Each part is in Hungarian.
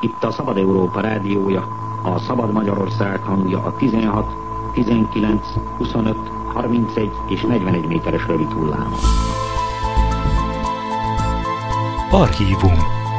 Itt a Szabad Európa rádiója, a Szabad Magyarország hangja a 16, 19, 25, 31 és 41 méteres rövid hullámon. Archívum.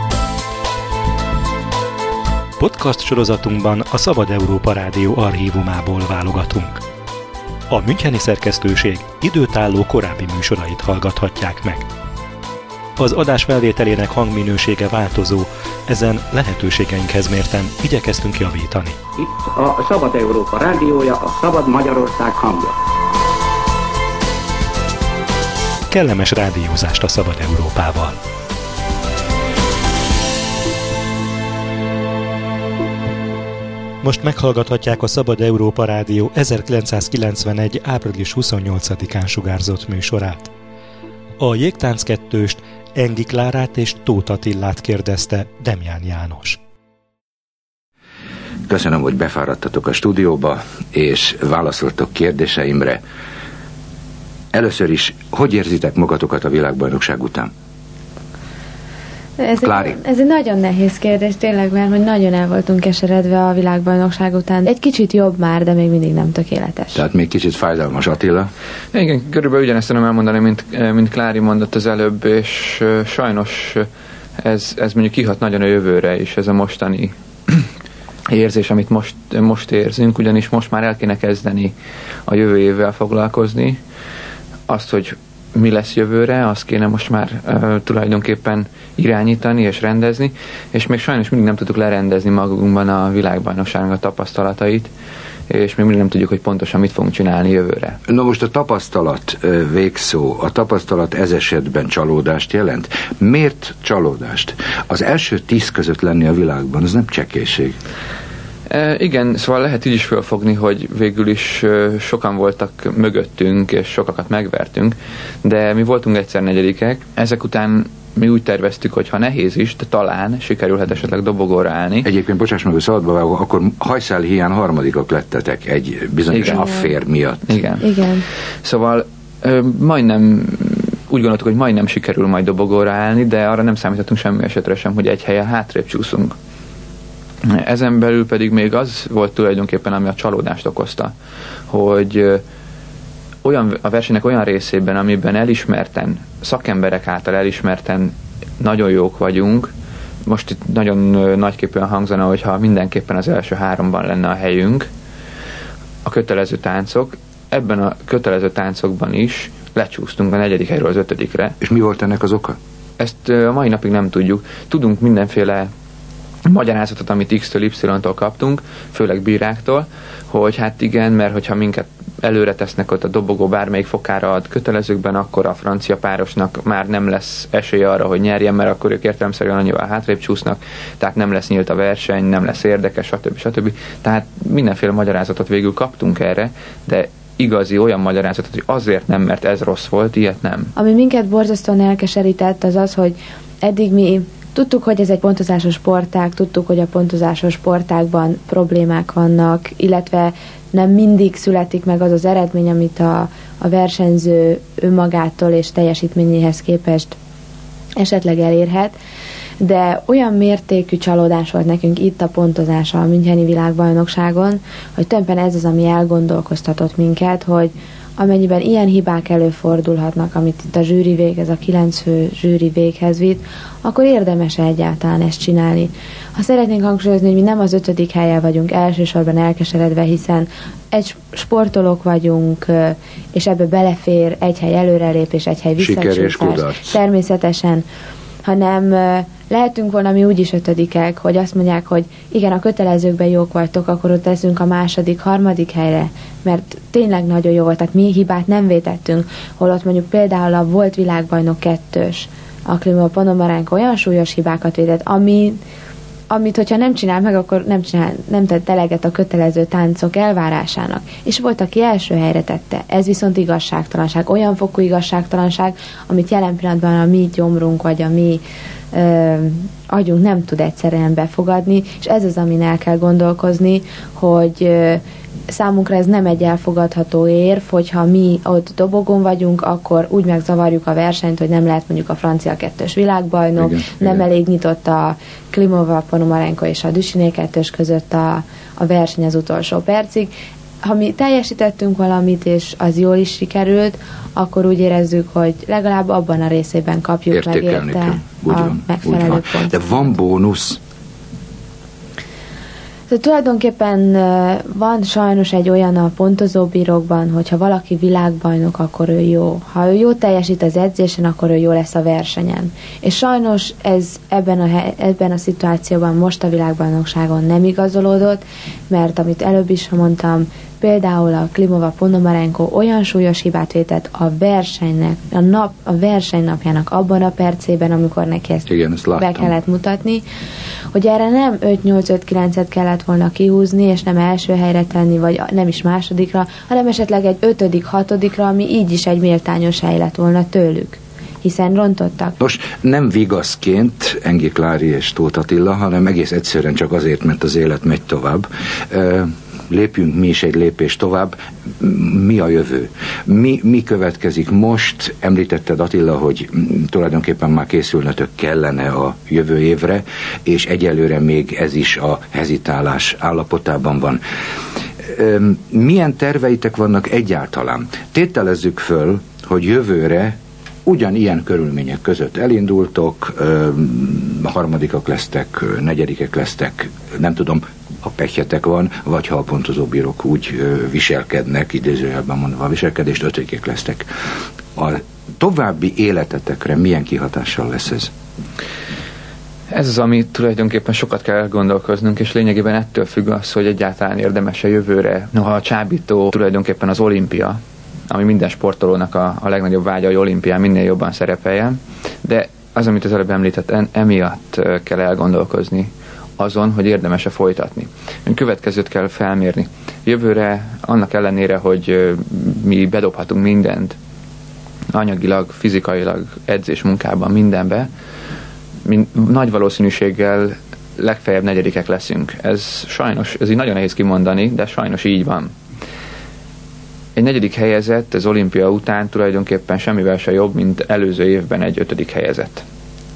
Podcast sorozatunkban a Szabad Európa Rádió archívumából válogatunk. A müncheni szerkesztőség időtálló korábbi műsorait hallgathatják meg. Az adás felvételének hangminősége változó, ezen lehetőségeinkhez mérten igyekeztünk javítani. Itt a Szabad Európa rádiója, a Szabad Magyarország hangja. Kellemes rádiózást a Szabad Európával! Most meghallgathatják a Szabad Európa Rádió 1991. április 28-án sugárzott műsorát. A Jégtánc kettőst, Engi Klárát és Tóth Attillát kérdezte Demján János. Köszönöm, hogy befáradtatok a stúdióba, és válaszoltok kérdéseimre. Először is, hogy érzitek magatokat a világbajnokság után? Ez egy nagyon nehéz kérdés, tényleg, mert hogy nagyon el voltunk keseredve a világbajnokság után. Egy kicsit jobb már, de még mindig nem tökéletes. Tehát még kicsit fájdalmas. Attila? Igen, körülbelül ugyanezt tudom elmondani, mint Klári mondott az előbb, és sajnos ez mondjuk kihat nagyon a jövőre is, ez a mostani érzés, amit most érzünk, ugyanis most már el kéne kezdeni a jövő évvel foglalkozni. Azt, hogy mi lesz jövőre, azt kéne most már tulajdonképpen irányítani és rendezni, és még sajnos mindig nem tudtuk lerendezni magunkban a világbajnokságnak a tapasztalatait, és még mindig nem tudjuk, hogy pontosan mit fogunk csinálni jövőre. Na most a tapasztalat végszó, a tapasztalat ez esetben csalódást jelent. Miért csalódást? Az első 10 között lenni a világban, az nem csekélység. Igen, szóval lehet így is fölfogni, hogy végül is sokan voltak mögöttünk, és sokakat megvertünk, de mi voltunk egyszer negyedikek. Ezek után mi úgy terveztük, hogy ha nehéz is, de talán sikerülhet esetleg dobogóra állni. Egyébként, bocsáss meg, hogy szabadba vágok, akkor hajszál hiány harmadikak lettetek egy bizonyos affér miatt. Igen. Szóval majdnem úgy gondoltuk, hogy majdnem sikerül majd dobogóra állni, de arra nem számítottunk semmi esetre sem, hogy egy helyen hátrébb csúszunk. Ezen belül pedig még az volt tulajdonképpen, ami a csalódást okozta, hogy a versenynek olyan részében, amiben elismerten, szakemberek által elismerten nagyon jók vagyunk, most itt nagyon nagyképűen hangzana, hogyha mindenképpen az első 3-ban lenne a helyünk, a kötelező táncok, ebben a kötelező táncokban is lecsúsztunk a 4. helyről az 5-re. És mi volt ennek az oka? Ezt a mai napig nem tudjuk. Tudunk mindenféle magyarázatot, amit X-től Y-tól kaptunk, főleg bíráktól, hogy hát igen, mert hogyha minket előre tesznek ott a dobogó bármelyik fokára ad kötelezőkben, akkor a francia párosnak már nem lesz esélye arra, hogy nyerjen, mert akkor ők értelemszerűen annyival hátrébb csúsznak, tehát nem lesz nyílt a verseny, nem lesz érdekes, stb. Tehát mindenféle magyarázatot végül kaptunk erre, de igazi olyan magyarázatot, hogy azért nem, mert ez rossz volt, ilyet nem. Ami minket borzasztóan elkeserített, az az, hogy eddig mi tudtuk, hogy ez egy pontozásos sportág, tudtuk, hogy a pontozásos sportágban problémák vannak, illetve nem mindig születik meg az az eredmény, amit a versenyző önmagától és teljesítményéhez képest esetleg elérhet, de olyan mértékű csalódás volt nekünk itt a pontozása a müncheni világbajnokságon, hogy tulajdonképpen ez az, ami elgondolkoztatott minket, hogy amennyiben ilyen hibák előfordulhatnak, amit itt a zsűri végez, a 9 fő zsűri véghez vitt, akkor érdemes egyáltalán ezt csinálni. Ha szeretnénk hangsúlyozni, hogy mi nem az 5. helyen vagyunk elsősorban elkeseredve, hiszen egy sportolók vagyunk, és ebbe belefér egy hely előrelépés, egy hely visszacsúszás. Természetesen, hanem lehetünk volna mi úgyis 5-ek, hogy azt mondják, hogy igen, a kötelezőkben jók vagytok, akkor ott leszünk a 2., 3. helyre, mert tényleg nagyon jó volt, tehát mi hibát nem vétettünk, holott mondjuk például a volt világbajnok 2-s, a Klimov Ponomarenko olyan súlyos hibákat vétett, amit hogyha nem csinál meg, akkor nem tett eleget a kötelező táncok elvárásának. És volt, aki első helyre tette. Ez viszont igazságtalanság. Olyan fokú igazságtalanság, amit jelen pillanatban a mi gyomrunk, vagy a mi agyunk nem tud egyszerűen befogadni, és ez az, amin el kell gondolkozni, hogy számunkra ez nem egy elfogadható érv, hogyha mi ott dobogón vagyunk, akkor úgy megzavarjuk a versenyt, hogy nem lehet mondjuk a francia 2-ös világbajnok, nem elég nyitott a Klimova, Ponomarenko és a Duchesne 2-ös között a verseny az utolsó percig. Ha mi teljesítettünk valamit, és az jól is sikerült, akkor úgy érezzük, hogy legalább abban a részében kapjuk meg érte a megfelelő pontot. De van bónusz? Tulajdonképpen van sajnos egy olyan a pontozóbírokban, hogyha valaki világbajnok, akkor ő jó. Ha ő jó teljesít az edzésen, akkor ő jó lesz a versenyen. És sajnos ez ebben a szituációban most a világbajnokságon nem igazolódott, mert amit előbb is mondtam, például a Klimova, Ponomarenko olyan súlyos hibát vétett a versenynek, a verseny napjának abban a percében, amikor neki ezt be kellett mutatni, hogy erre nem 5-8-5-9-et kellett volna kihúzni, és nem első helyre tenni, vagy nem is másodikra, hanem esetleg egy 5-6-ra, ami így is egy méltányos hely lett volna tőlük, hiszen rontottak. Nos, nem vigaszként Engi Klári és Tóth Attila, hanem egész egyszerűen csak azért, mert az élet megy tovább. Lépjünk mi is egy lépést tovább. Mi a jövő? Mi következik most? Említetted, Attila, hogy tulajdonképpen már készülnötök kellene a jövő évre, és egyelőre még ez is a hezitálás állapotában van. Milyen terveitek vannak egyáltalán? Tételezzük föl, hogy jövőre ugyanilyen körülmények között elindultok, harmadikak lesztek, negyedikek lesztek, nem tudom, ha pehjetek van, vagy ha a pontozóbírók úgy viselkednek, idézőjelben mondva a viselkedést, ötödikek lesztek. A további életetekre milyen kihatással lesz ez? Ez az, ami tulajdonképpen sokat kell gondolkoznunk, és lényegében ettől függ az, hogy egyáltalán érdemes-e jövőre. Noha a csábító tulajdonképpen az olimpia, ami minden sportolónak a legnagyobb vágya, hogy olimpián minél jobban szerepeljen, de az, amit az előbb említett, emiatt kell elgondolkozni azon, hogy érdemes-e folytatni. Következőt kell felmérni. Jövőre annak ellenére, hogy mi bedobhatunk mindent, anyagilag, fizikailag, edzés munkában, mindenbe, nagy valószínűséggel legfeljebb negyedikek leszünk. Ez sajnos, ez így nagyon nehéz kimondani, de sajnos így van. Egy negyedik helyezett az olimpia után tulajdonképpen semmivel se jobb, mint előző évben egy 5. helyezett.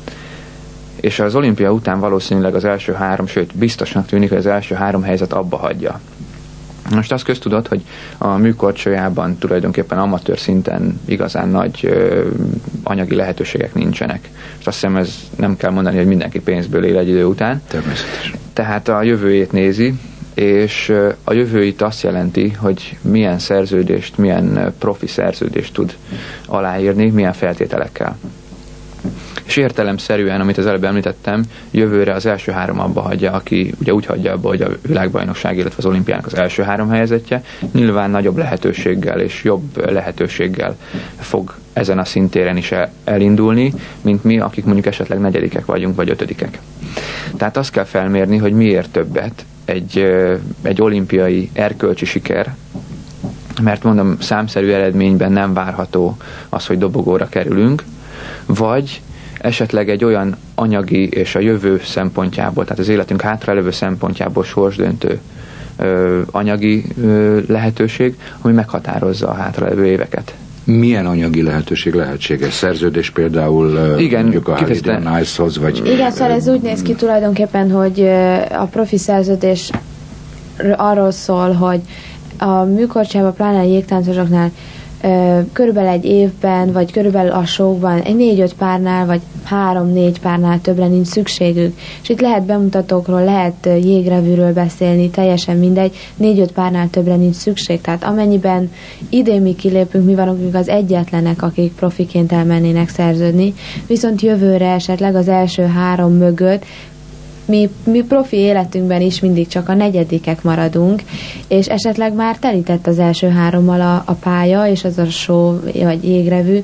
És az olimpia után valószínűleg az első 3, sőt biztosnak tűnik, hogy az első 3 helyzet abba hagyja. Most azt köztudott, hogy a műkorcsolyában tulajdonképpen amatőr szinten igazán nagy anyagi lehetőségek nincsenek. És azt hiszem, ez nem kell mondani, hogy mindenki pénzből él egy idő után. Természetesen. Tehát a jövőjét nézi, és a jövő itt azt jelenti, hogy milyen szerződést, milyen profi szerződést tud aláírni, milyen feltételekkel. És értelemszerűen, amit az előbb említettem, jövőre az első 3 abba hagyja, aki ugye úgy hagyja abba, hogy a világbajnokság, illetve az olimpiának az első 3 helyezettje, nyilván nagyobb lehetőséggel és jobb lehetőséggel fog ezen a szintéren is elindulni, mint mi, akik mondjuk esetleg negyedikek vagyunk, vagy 5. Tehát azt kell felmérni, hogy miért többet egy olimpiai erkölcsi siker, mert mondom, számszerű eredményben nem várható az, hogy dobogóra kerülünk, vagy esetleg egy olyan anyagi és a jövő szempontjából, tehát az életünk hátralevő szempontjából sorsdöntő anyagi lehetőség, ami meghatározza a hátralevő éveket. Milyen anyagi lehetőség lehetséges? Szerződés például igen, mondjuk a Halliday Nice-hoz, vagy... Igen, szóval ez úgy néz ki tulajdonképpen, hogy a profi szerződés arról szól, hogy a műkorcsában, pláne a jégtáncosoknál körülbelül egy évben, vagy körülbelül a showban egy 4-5 párnál, vagy 3-4 párnál többre nincs szükségük. És itt lehet bemutatókról, lehet jégrevűről beszélni, teljesen mindegy, 4-5 párnál többre nincs szükség. Tehát amennyiben idén mi kilépünk, mi vagyunk az egyetlenek, akik profiként elmennének szerződni, viszont jövőre esetleg az első 3 mögött mi profi életünkben is mindig csak a negyedikek maradunk, és esetleg már telített az első 3-mal a pálya, és az a show, vagy jégrevű,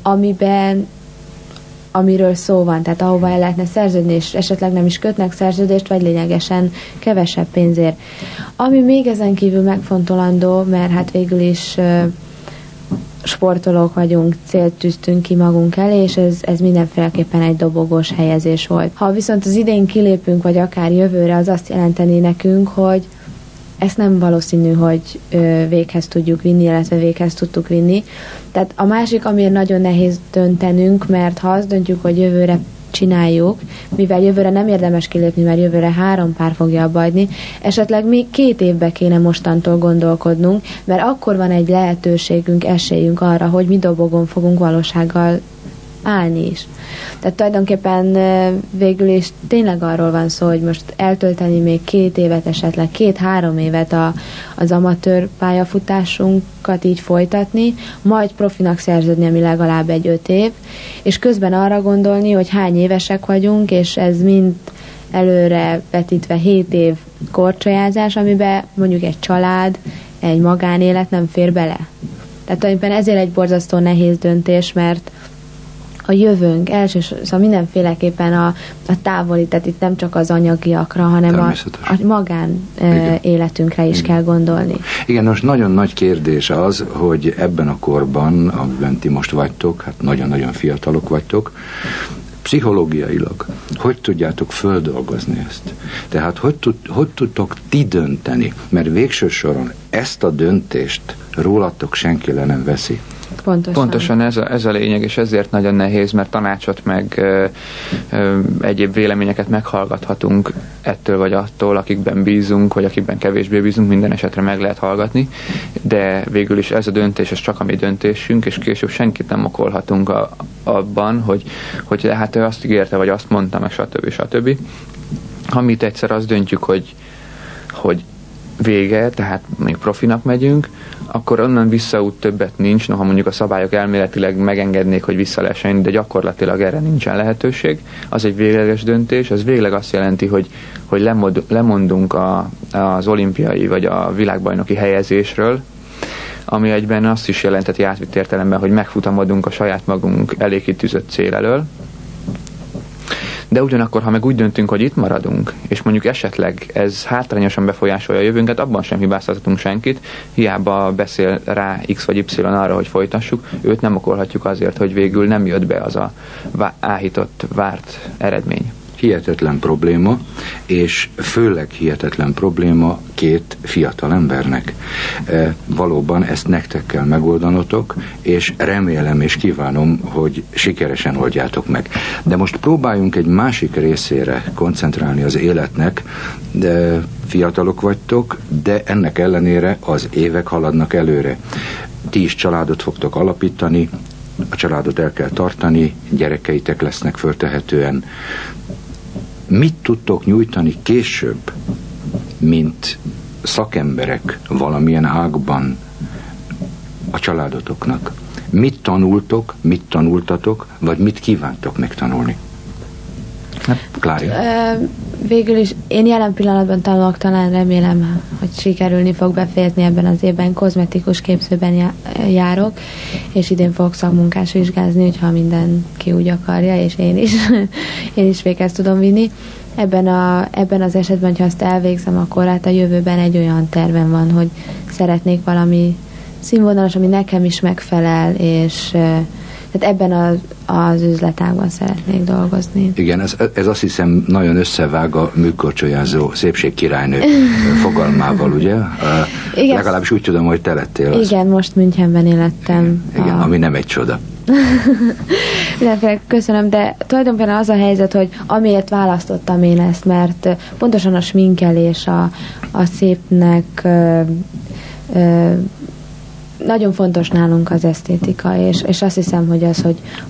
amiről szó van, tehát ahova el lehetne szerződni, és esetleg nem is kötnek szerződést, vagy lényegesen kevesebb pénzért. Ami még ezen kívül megfontolandó, mert hát végül is sportolók vagyunk, célt tűztünk ki magunk elé, és ez mindenféleképpen egy dobogós helyezés volt. Ha viszont az idén kilépünk, vagy akár jövőre, az azt jelenteni nekünk, hogy ezt nem valószínű, hogy véghez tudjuk vinni, illetve véghez tudtuk vinni. Tehát a másik, amiért nagyon nehéz döntenünk, mert ha azt döntjük, hogy jövőre csináljuk, mivel jövőre nem érdemes kilépni, mert jövőre 3 pár fogja abbahagyni, esetleg még 2 évbe kéne mostantól gondolkodnunk, mert akkor van egy lehetőségünk, esélyünk arra, hogy mi dobogon fogunk valósággal állni is. Tehát tulajdonképpen végül is tényleg arról van szó, hogy most eltölteni még 2 évet, esetleg 2-3 évet az amatőr pályafutásunkat így folytatni, majd profinak szerződni, ami legalább egy 5 év, és közben arra gondolni, hogy hány évesek vagyunk, és ez mind előre vetítve 7 év korcsolyázás, amiben mondjuk egy család, egy magánélet nem fér bele. Tehát tulajdonképpen ezért egy borzasztó nehéz döntés, mert a jövőnk elsősorban mindenféleképpen a távoli, tehát itt nem csak az anyagiakra, hanem a magán életünkre is kell gondolni. Igen, most nagyon nagy kérdés az, hogy ebben a korban, amiben ti most vagytok, hát nagyon-nagyon fiatalok vagytok, pszichológiailag hogy tudjátok földolgozni ezt? Tehát hogy tudtok ti dönteni? Mert végső soron ezt a döntést rólatok senki le nem veszi. Pontosan ez a lényeg, és ezért nagyon nehéz, mert tanácsot meg egyéb véleményeket meghallgathatunk ettől vagy attól, akikben bízunk, vagy akikben kevésbé bízunk, minden esetre meg lehet hallgatni, de végül is ez a döntés, ez csak a mi döntésünk, és később senkit nem okolhatunk abban, hogy hát ő azt ígérte, vagy azt mondta, meg stb. Ha mi egyszer azt döntjük, hogy vége, tehát mondjuk profinak megyünk, akkor onnan visszaút többet nincs, noha mondjuk a szabályok elméletileg megengednék, hogy vissza lehessen, de gyakorlatilag erre nincsen lehetőség. Az egy végleges döntés, az végleg azt jelenti, hogy lemondunk az olimpiai vagy a világbajnoki helyezésről, ami egyben azt is jelenteti átvitt értelemben, hogy megfutamodunk a saját magunk elé kitűzött cél elől. De ugyanakkor, ha meg úgy döntünk, hogy itt maradunk, és mondjuk esetleg ez hátrányosan befolyásolja a jövőnket, abban sem hibáztatunk senkit, hiába beszél rá X vagy Y arra, hogy folytassuk, őt nem okolhatjuk azért, hogy végül nem jött be az a áhított, várt eredmény. Hihetetlen probléma, és főleg hihetetlen probléma 2 fiatal embernek. Valóban ezt nektek kell megoldanotok, és remélem és kívánom, hogy sikeresen oldjátok meg. De most próbáljunk egy másik részére koncentrálni az életnek, de fiatalok vagytok, de ennek ellenére az évek haladnak előre. Ti is családot fogtok alapítani, a családot el kell tartani, gyerekeitek lesznek föltehetően. Mit tudtok nyújtani később, mint szakemberek valamilyen ágban a családotoknak? Mit tanultok, mit tanultatok, vagy mit kívántok megtanulni? Klári? Végül is én jelen pillanatban tanulok, talán remélem, hogy sikerülni fog befejezni ebben az évben. Kozmetikus képzőben járok, és idén fogok szakmunkás vizsgázni, hogyha mindenki úgy akarja, és én is véghez tudom vinni. Ebben az esetben, ha azt elvégzem, akkor hát a jövőben egy olyan tervem van, hogy szeretnék valami színvonalas, ami nekem is megfelel, és tehát ebben az üzletágban szeretnék dolgozni. Igen, ez azt hiszem nagyon összevág a műkorcsolyázó szépségkirálynő fogalmával, ugye? Igen. Legalábbis úgy tudom, hogy te lettél az. Igen, most Münchenben élettem. Igen, ami nem egy csoda. Mindenféle köszönöm, de tulajdonképpen az a helyzet, hogy amiért választottam én ezt, mert pontosan a sminkelés, a szépnek nagyon fontos nálunk az esztétika, és azt hiszem, hogy az,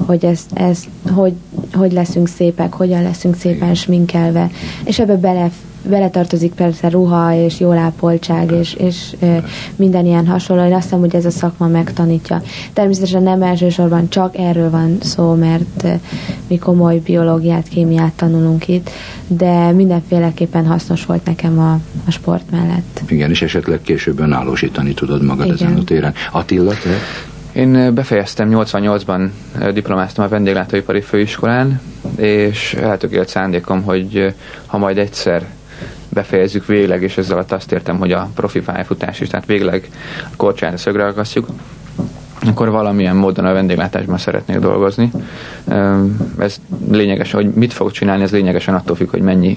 hogy leszünk szépek, hogyan leszünk szépen sminkelve, és ebbe beletartozik persze ruha, és jól ápoltság, és minden ilyen hasonló. Én azt hiszem, hogy ez a szakma megtanítja. Természetesen nem elsősorban csak erről van szó, mert mi komoly biológiát, kémiát tanulunk itt, de mindenféleképpen hasznos volt nekem a sport mellett. Igen, és esetleg később önállósítani tudod magad ezen a téren. Attila, te? Én befejeztem 88-ban, diplomáztam a vendéglátóipari főiskolán, és eltökélt szándékom, hogy ha majd egyszer befejezzük végleg, és ezzel azt értem, hogy a profi pályafutás is, tehát végleg a korcsolyát szögre akasztjuk, akkor valamilyen módon a vendéglátásban szeretnék dolgozni. Ez lényeges, hogy mit fogok csinálni, ez lényegesen attól függ, hogy mennyi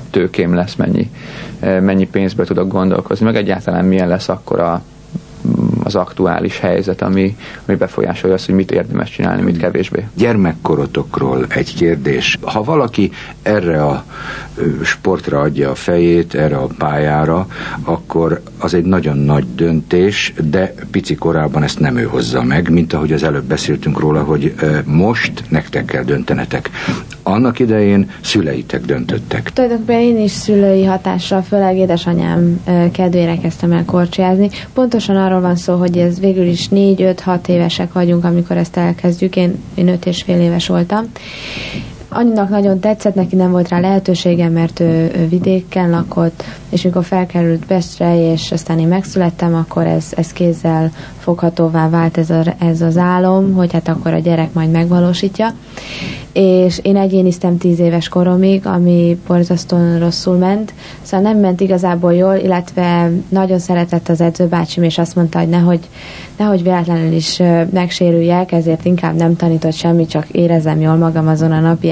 tőkém lesz, mennyi pénzből tudok gondolkozni, meg egyáltalán milyen lesz akkor az aktuális helyzet, ami befolyásolja azt, hogy mit érdemes csinálni, mit kevésbé. Gyermekkorotokról egy kérdés. Ha valaki erre a sportra adja a fejét, erre a pályára, akkor az egy nagyon nagy döntés, de pici korában ezt nem ő hozza meg, mint ahogy az előbb beszéltünk róla, hogy most nektek kell döntenetek. Annak idején szüleitek döntöttek. Tulajdonképpen én is szülői hatással, főleg édesanyám kedvére kezdtem el korcsolyázni. Pontosan arról van szó, hogy ez végül is 4-5-6 évesek vagyunk, amikor ezt elkezdjük. Én 5,5 éves voltam. Anyinak nagyon tetszett, neki nem volt rá lehetőségem, mert ő vidéken lakott, és mikor felkerült Pestre, és aztán én megszülettem, akkor ez kézzel foghatóvá vált ez az álom, hogy hát akkor a gyerek majd megvalósítja. És én egyéniztem 10 éves koromig, ami borzasztóan rosszul ment, szóval nem ment igazából jól, illetve nagyon szeretett az edzőbácsim, és azt mondta, hogy nehogy véletlenül is megsérüljek, ezért inkább nem tanított semmit, csak érezzem jól magam azon a napi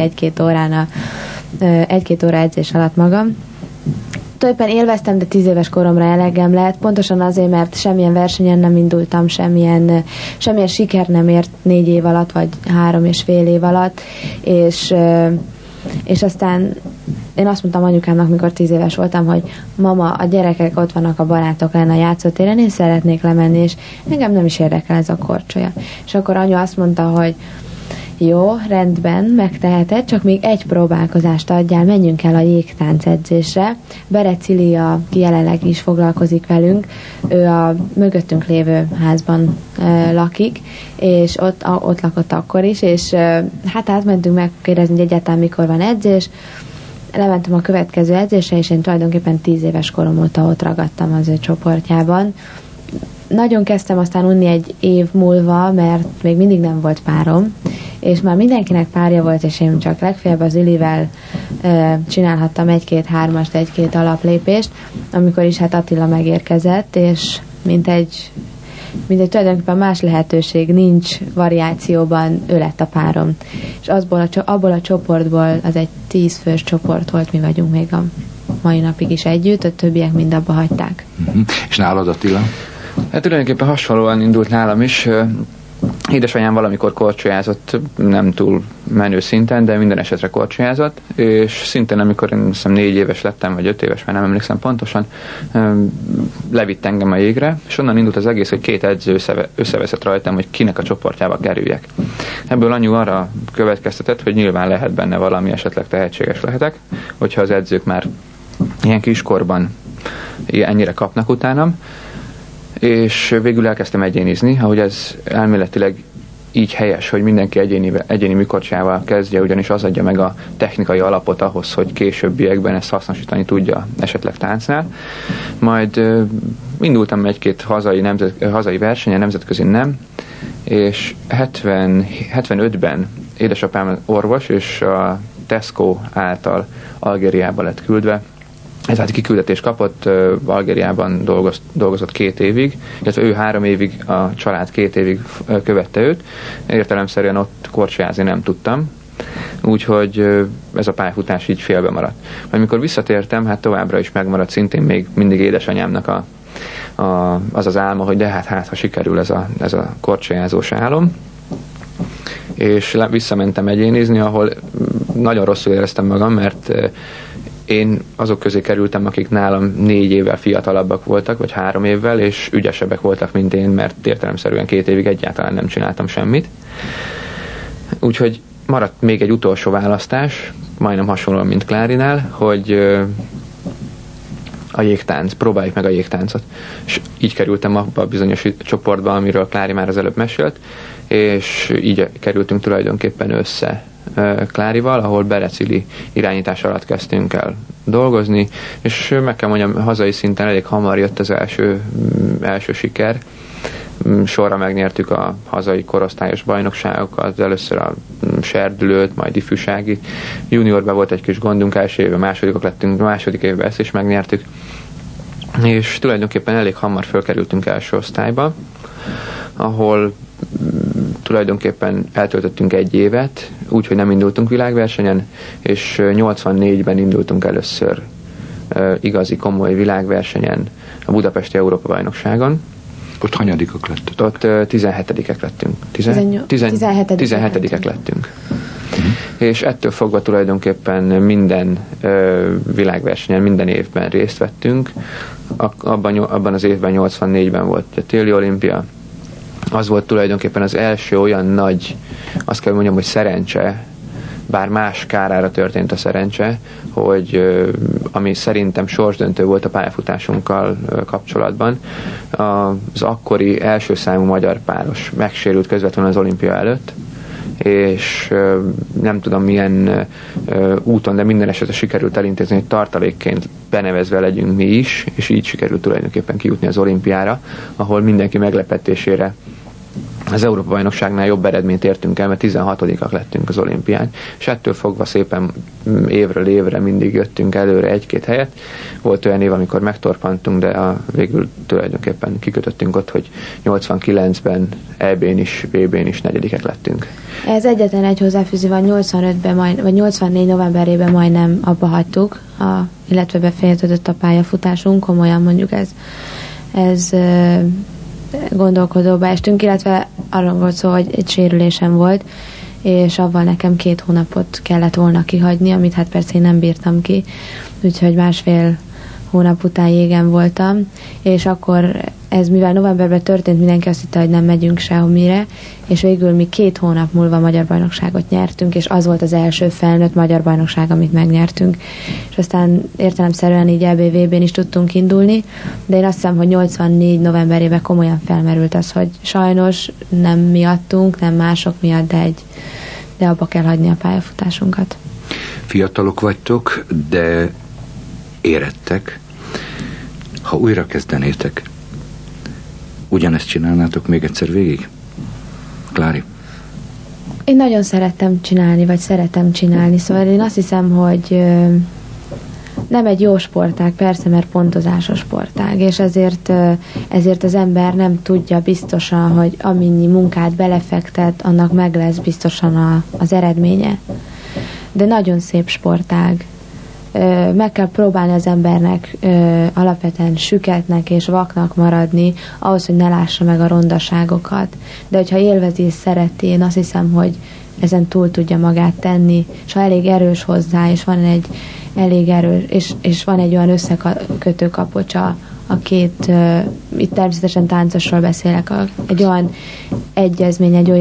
1-2 óra edzés alatt magam. Tulajdonképpen élveztem, de 10 éves koromra elegem lett, pontosan azért, mert semmilyen versenyen nem indultam, semmilyen siker nem ért 4 év alatt, vagy 3,5 év alatt, és aztán én azt mondtam anyukámnak, mikor 10 éves voltam, hogy mama, a gyerekek ott vannak, a barátok lenne a játszótéren, én szeretnék lemenni, és engem nem is érdekel ez a korcsolya. És akkor anyu azt mondta, hogy jó, rendben, megteheted, csak még egy próbálkozást adjál, menjünk el a jégtánc edzésre. Bere Cilia, aki jelenleg is foglalkozik velünk, ő a mögöttünk lévő házban lakik, és ott lakott akkor is, és hát átmentünk megkérdezni, hogy egyáltalán mikor van edzés. Lementem a következő edzésre, és én tulajdonképpen 10 éves korom óta ott ragadtam az ő csoportjában. Nagyon kezdtem aztán unni egy év múlva, mert még mindig nem volt párom, és már mindenkinek párja volt, és én csak legfeljebb az Ülivel csinálhattam 1-2-3-ast, 1-2 alaplépést, amikor is hát Attila megérkezett, és mint egy tulajdonképpen más lehetőség nincs variációban, ő lett a párom. És abból a csoportból, az egy 10 fős csoport volt, mi vagyunk még a mai napig is együtt, a többiek mind abba hagyták. És nálad, Attila? Hát tulajdonképpen hasonlóan indult nálam is. Édesanyám valamikor korcsolyázott, nem túl menő szinten, de minden esetre korcsolyázott, és szintén amikor én hiszem 4 éves lettem, vagy 5 éves, már nem emlékszem pontosan, levitt engem a jégre, és onnan indult az egész, hogy 2 edző összeveszett rajtam, hogy kinek a csoportjába kerüljek. Ebből anyu arra következtetett, hogy nyilván lehet benne valami, esetleg tehetséges lehetek, hogyha az edzők már ilyen kiskorban ennyire kapnak utánam, és végül elkezdtem egyénizni, ahogy ez elméletileg így helyes, hogy mindenki egyéni műkorcsával kezdje, ugyanis az adja meg a technikai alapot ahhoz, hogy későbbiekben ezt hasznosítani tudja esetleg táncnál. Majd indultam 1-2 hazai versenyen, nemzetközi nem, és 75-ben édesapám orvos, és a Tesco által Algériába lett küldve. Ez kiküldetést kapott, Algériában dolgozott 2 évig, illetve ő 3 évig, a család 2 évig követte őt. Értelemszerűen ott korcsolyázni nem tudtam, úgyhogy ez a pályafutás így félbe maradt. Majd mikor visszatértem, hát továbbra is megmaradt szintén még mindig édesanyámnak az álma, hogy de hát ha sikerül ez a korcsolyázós álom. És visszamentem egyénizni, ahol nagyon rosszul éreztem magam, mert én azok közé kerültem, akik nálam 4 évvel fiatalabbak voltak, vagy 3 évvel, és ügyesebbek voltak, mint én, mert értelemszerűen 2 évig egyáltalán nem csináltam semmit. Úgyhogy maradt még egy utolsó választás, majdnem hasonlóan, mint Klárinál, hogy a jégtánc, próbáljuk meg a jégtáncot. És így kerültem abba a bizonyos csoportba, amiről Klári már az előbb mesélt, és így kerültünk tulajdonképpen össze Klárival, ahol Bere Cili irányítás alatt kezdtünk el dolgozni, és meg kell mondjam, hazai szinten elég hamar jött az első siker. Sorra megnyertük a hazai korosztályos bajnokságokat, először a serdülőt, majd ifjúsági. Juniorban volt egy kis gondunk, első évben másodikok lettünk, második évben ezt is megnyertük, és tulajdonképpen elég hamar fölkerültünk első osztályba, ahol tulajdonképpen eltöltöttünk egy évet, úgyhogy nem indultunk világversenyen, és 84-ben indultunk először igazi komoly világversenyen, a Budapesti Európa-bajnokságon. Ott hanyadikak lettetek? Ott 17-ek lettünk. 17-ek lettünk. És ettől fogva tulajdonképpen minden világversenyen, minden évben részt vettünk. Abban az évben, 84-ben volt a téli olimpia. Az volt tulajdonképpen az első olyan nagy, azt kell mondjam, hogy szerencse, bár más kárára történt a szerencse, hogy ami szerintem sorsdöntő volt a pályafutásunkkal kapcsolatban, az akkori első számú magyar páros megsérült közvetlenül az olimpia előtt, és nem tudom milyen úton, de minden esetre sikerült elintézni, hogy tartalékként benevezve legyünk mi is, és így sikerült tulajdonképpen kijutni az olimpiára, ahol mindenki meglepetésére az Európa-bajnokságnál jobb eredményt értünk el, mert 16-ak lettünk az olimpián, és ettől fogva szépen évről évre mindig jöttünk előre egy-két helyet. Volt olyan év, amikor megtorpantunk, de végül tulajdonképpen kikötöttünk ott, hogy 89-ben EB-n is, VB-n is negyedikek lettünk. Ez egyetlen egy hozzáfűzővel 85-ben, vagy 84 novemberében majdnem abba hagytuk, illetve befejeződött a pályafutásunk, komolyan mondjuk ez gondolkodóba estünk, illetve arról volt szó, hogy egy sérülésem volt, és avval nekem 2 hónapot kellett volna kihagyni, amit hát persze én nem bírtam ki, úgyhogy 1,5 hónap után jégen voltam, és akkor ez, mivel novemberben történt, mindenki azt hitte, hogy nem megyünk sehomire, és végül mi 2 hónap múlva magyar bajnokságot nyertünk, és az volt az első felnőtt magyar bajnokság, amit megnyertünk. És aztán értelemszerűen így EB-VB-n is tudtunk indulni, de én azt hiszem, hogy 84 novemberében komolyan felmerült az, hogy sajnos nem miattunk, nem mások miatt, de abba kell hagyni a pályafutásunkat. Fiatalok vagytok, de érettek. Ha újra kezdenétek, ugyanezt csinálnátok még egyszer végig? Klári? Én nagyon szerettem csinálni, szóval én azt hiszem, hogy nem egy jó sportág, persze, mert pontozásos sportág, és ezért az ember nem tudja biztosan, hogy amennyi munkát belefektet, annak meg lesz biztosan az eredménye. De nagyon szép sportág. Meg kell próbálni az embernek alapvetően süketnek és vaknak maradni, ahhoz, hogy ne lássa meg a rondaságokat. De hogyha élvezi és szereti, én azt hiszem, hogy ezen túl tudja magát tenni, és ha elég erős hozzá, és van egy elég erős, és van egy olyan összekötő kapocsa a két, itt természetesen táncosról beszélek, egy olyan egyezmény, egy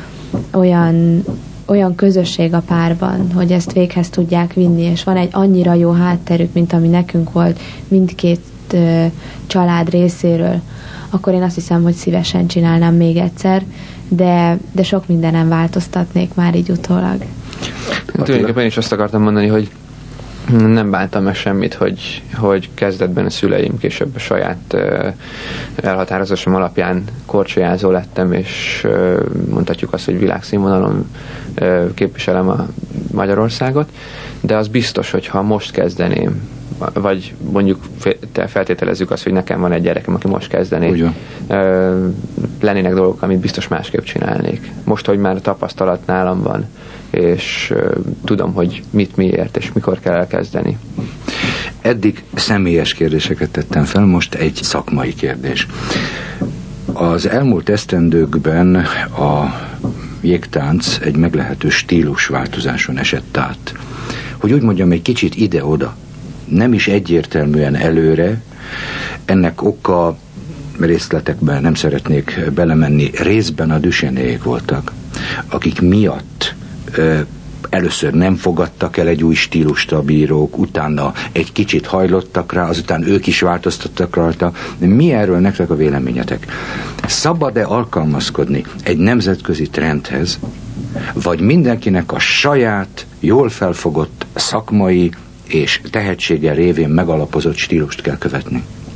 olyan közösség a párban, hogy ezt véghez tudják vinni, és van egy annyira jó hátterük, mint ami nekünk volt mindkét család részéről, akkor én azt hiszem, hogy szívesen csinálnám még egyszer, de sok mindenen változtatnék már így utólag. Tulajdonképpen én is azt akartam mondani, hogy nem bántam meg semmit, hogy kezdetben a szüleim, később a saját elhatározásom alapján korcsolyázó lettem, és mondhatjuk azt, hogy világszínvonalon képviselem a Magyarországot, de az biztos, hogy ha most kezdeném, vagy mondjuk feltételezzük azt, hogy nekem van egy gyerekem, aki most kezdené, lennének dolgok, amit biztos másképp csinálnék. Most, hogy már a tapasztalat nálam van, és tudom, hogy mit, miért, és mikor kell elkezdeni. Eddig személyes kérdéseket tettem fel, most egy szakmai kérdés. Az elmúlt esztendőkben a jégtánc egy meglehetős stílusváltozáson esett át. Hogy úgy mondjam, egy kicsit ide-oda. Nem is egyértelműen előre. Ennek oka, részletekben nem szeretnék belemenni, részben a Duchenék voltak, akik miatt először nem fogadtak el egy új stílust a bírók, utána egy kicsit hajlottak rá, azután ők is változtattak rajta. Mi erről nektek a véleményetek? Szabad-e alkalmazkodni egy nemzetközi trendhez, vagy mindenkinek a saját, jól felfogott szakmai és tehetséggel révén megalapozott stílust kell követni?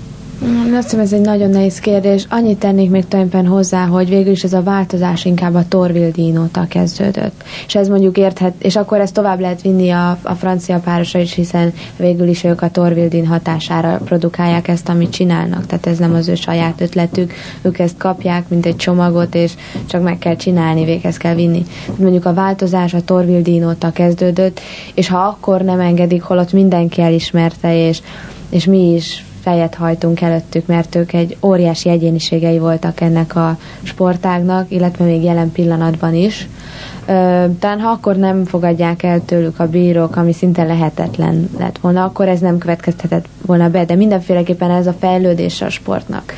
Azt hiszem, ez egy nagyon nehéz kérdés. Annyit tennék még tulajdonképpen hozzá, hogy végül is ez a változás inkább a Torville Dean óta kezdődött. És ez mondjuk érthet, és akkor ezt tovább lehet vinni a francia párosra is, hiszen végül is ők a Torville Dean hatására produkálják ezt, amit csinálnak. Tehát ez nem az ő saját ötletük. Ők ezt kapják, mint egy csomagot, és csak meg kell csinálni, véghez kell vinni. Mondjuk a változás a Torville Dean óta kezdődött, és ha akkor nem engedik, holott mindenki elismerte, és mi is fejet hajtunk előttük, mert ők egy óriási egyéniségei voltak ennek a sportágnak, illetve még jelen pillanatban is. Talán ha akkor nem fogadják el tőlük a bírók, ami szinte lehetetlen lett volna, akkor ez nem következtetett volna be, de mindenféleképpen ez a fejlődés a sportnak.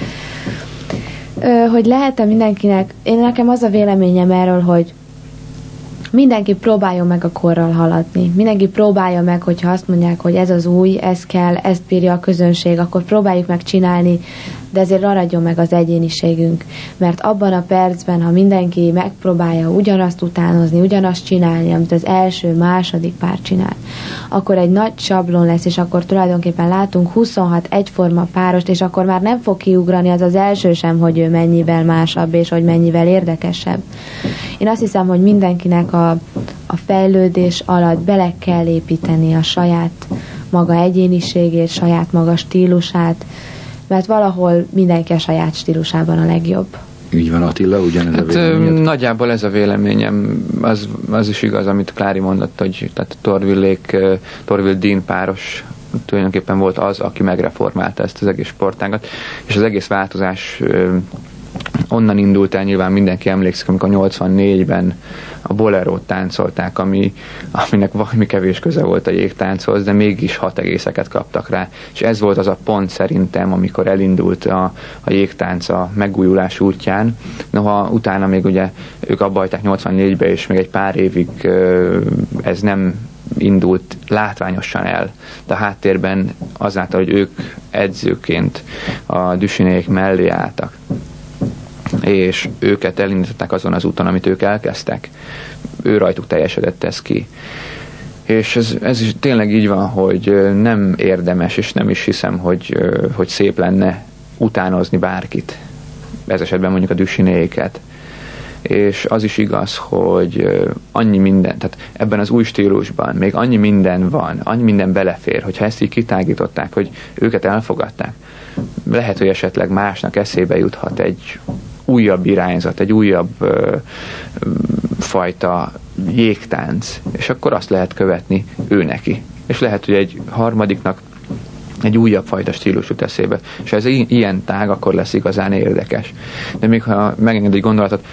Hogy lehet-e mindenkinek, nekem az a véleményem erről, hogy mindenki próbáljon meg a korral haladni. Mindenki próbálja meg, hogyha azt mondják, hogy ez az új, ez kell, ezt bírja a közönség, akkor próbáljuk meg csinálni, de ezért maradjon meg az egyéniségünk. Mert abban a percben, ha mindenki megpróbálja ugyanazt utánozni, ugyanazt csinálni, amit az első, második pár csinál, akkor egy nagy sablon lesz, és akkor tulajdonképpen látunk 26 egyforma párost, és akkor már nem fog kiugrani az első sem, hogy ő mennyivel másabb, és hogy mennyivel érdekesebb. Én azt hiszem, hogy mindenkinek a fejlődés alatt bele kell építeni a saját maga egyéniségét, saját maga stílusát, mert valahol mindenki a saját stílusában a legjobb. Így van, Attila, ugyanez a véleményed? Nagyjából ez a véleményem, az is igaz, amit Klári mondott, hogy tehát Torville Dean páros tulajdonképpen volt az, aki megreformálta ezt az egész sportágat, és az egész változás onnan indult el, nyilván mindenki emlékszik, amikor 84-ben a bolerót táncolták, aminek valami kevés köze volt a jégtánchoz, de mégis 6 egészeket kaptak rá. És ez volt az a pont szerintem, amikor elindult a jégtánc a megújulás útján. Noha utána még ugye ők abba hagyták 84-be, és még egy pár évig ez nem indult látványosan el. De a háttérben azáltal, hogy ők edzőként a Duchinék mellé álltak, és őket elindították azon az úton, amit ők elkezdtek. Ő rajtuk teljesedett ez ki. És ez is tényleg így van, hogy nem érdemes, és nem is hiszem, hogy szép lenne utánozni bárkit. Ez esetben mondjuk a Duchinéket. És az is igaz, hogy annyi minden, tehát ebben az új stílusban még annyi minden van, annyi minden belefér, hogyha ezt így kitágították, hogy őket elfogadták, lehet, hogy esetleg másnak eszébe juthat egy újabb irányzat, egy újabb fajta jégtánc, és akkor azt lehet követni ő neki. És lehet, hogy egy harmadiknak egy újabb fajta stílus jut eszébe. És ha ez ilyen tág, akkor lesz igazán érdekes. De még ha megenged egy gondolatot,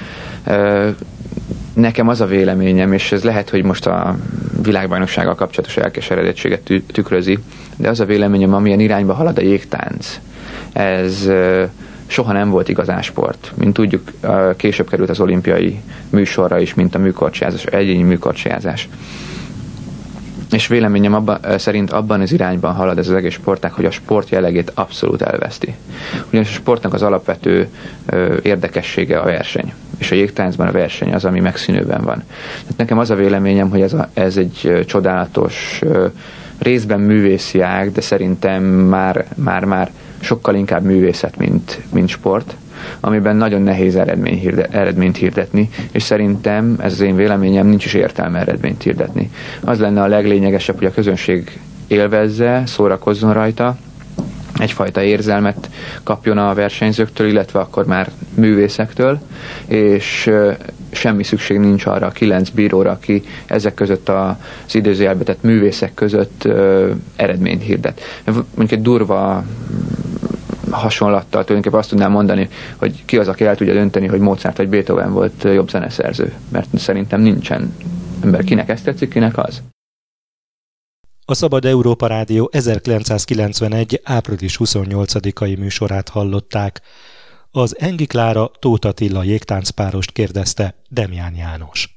nekem az a véleményem, és ez lehet, hogy most a világbajnoksággal kapcsolatos elkeseredettséget tükrözi, de az a véleményem, amilyen irányba halad a jégtánc, ez soha nem volt igazán sport. Mint tudjuk, később került az olimpiai műsorra is, mint a műkorcsolyázás, egyéni műkorcsolyázás. És véleményem szerint abban az irányban halad ez az egész sportág, hogy a sport jellegét abszolút elveszti. Ugyanis a sportnak az alapvető érdekessége a verseny. És a jégtáncban a verseny az, ami megszűnőben van. Tehát nekem az a véleményem, hogy ez egy csodálatos, részben művészi ág, de szerintem már sokkal inkább művészet, mint sport, amiben nagyon nehéz eredményt hirdetni, és szerintem, ez az én véleményem, nincs is értelme eredményt hirdetni. Az lenne a leglényegesebb, hogy a közönség élvezze, szórakozzon rajta, egyfajta érzelmet kapjon a versenyzőktől, illetve akkor már művészektől, és semmi szükség nincs arra a 9 bíróra, aki ezek között az idézőjelbe tett művészek között eredményt hirdet. Mondjuk egy durva hasonlattal tulajdonképpen azt tudnám mondani, hogy ki az, aki el tudja dönteni, hogy Mozart vagy Beethoven volt jobb zeneszerző. Mert szerintem nincsen ember. Kinek ezt tetszik, kinek az. A Szabad Európa Rádió 1991. április 28-ai műsorát hallották. Az Engi Klára Tóth Attila jégtáncpárost kérdezte Demján János.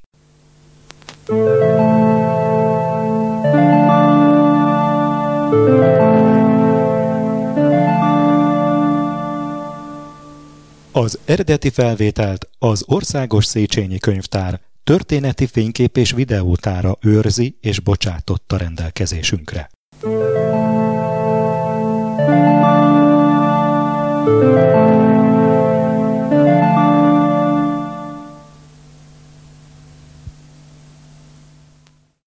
Az eredeti felvételt az Országos Széchenyi Könyvtár történeti fénykép- és videótára őrzi és bocsátotta rendelkezésünkre. Thank you.